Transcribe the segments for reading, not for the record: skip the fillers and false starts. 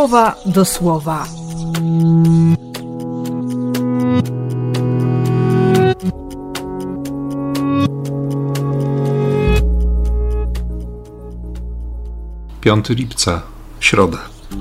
słowa do słowa. Piąty lipca, środa.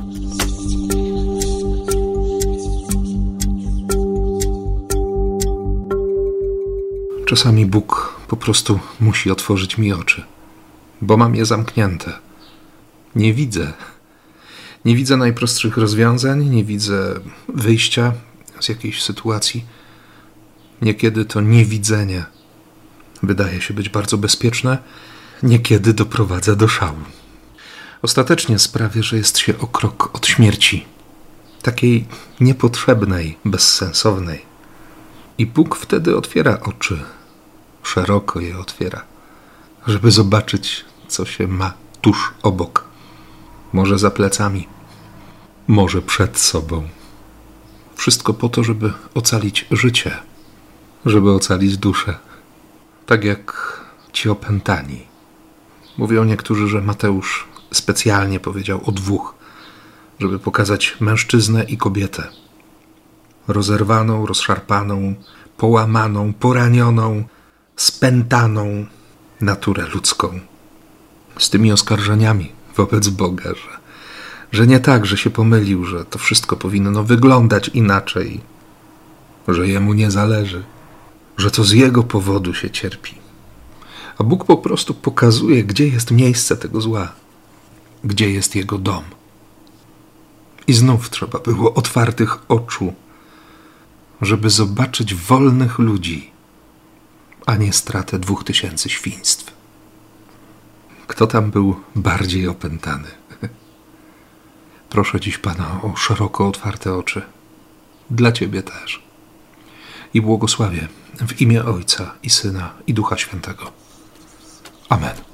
Czasami Bóg po prostu musi otworzyć mi oczy, bo mam je zamknięte. Nie widzę najprostszych rozwiązań, nie widzę wyjścia z jakiejś sytuacji. Niekiedy to niewidzenie wydaje się być bardzo bezpieczne, niekiedy doprowadza do szału. Ostatecznie sprawia, że jest się o krok od śmierci, takiej niepotrzebnej, bezsensownej. I Bóg wtedy otwiera oczy, szeroko je otwiera, żeby zobaczyć, co się ma tuż obok. Może za plecami, może przed sobą. Wszystko po to, żeby ocalić życie, żeby ocalić duszę. Tak jak ci opętani. Mówią niektórzy, że Mateusz specjalnie powiedział o dwóch, żeby pokazać mężczyznę i kobietę. Rozerwaną, rozszarpaną, połamaną, poranioną, spętaną naturę ludzką. Z tymi oskarżeniami wobec Boga, że nie tak, że się pomylił, że to wszystko powinno wyglądać inaczej, że Jemu nie zależy, że to z Jego powodu się cierpi. A Bóg po prostu pokazuje, gdzie jest miejsce tego zła, gdzie jest Jego dom. I znów trzeba było otwartych oczu, żeby zobaczyć wolnych ludzi, a nie stratę 2000 świństw. Kto tam był bardziej opętany? Proszę dziś Pana o szeroko otwarte oczy. Dla Ciebie też. I błogosławię w imię Ojca i Syna i Ducha Świętego. Amen.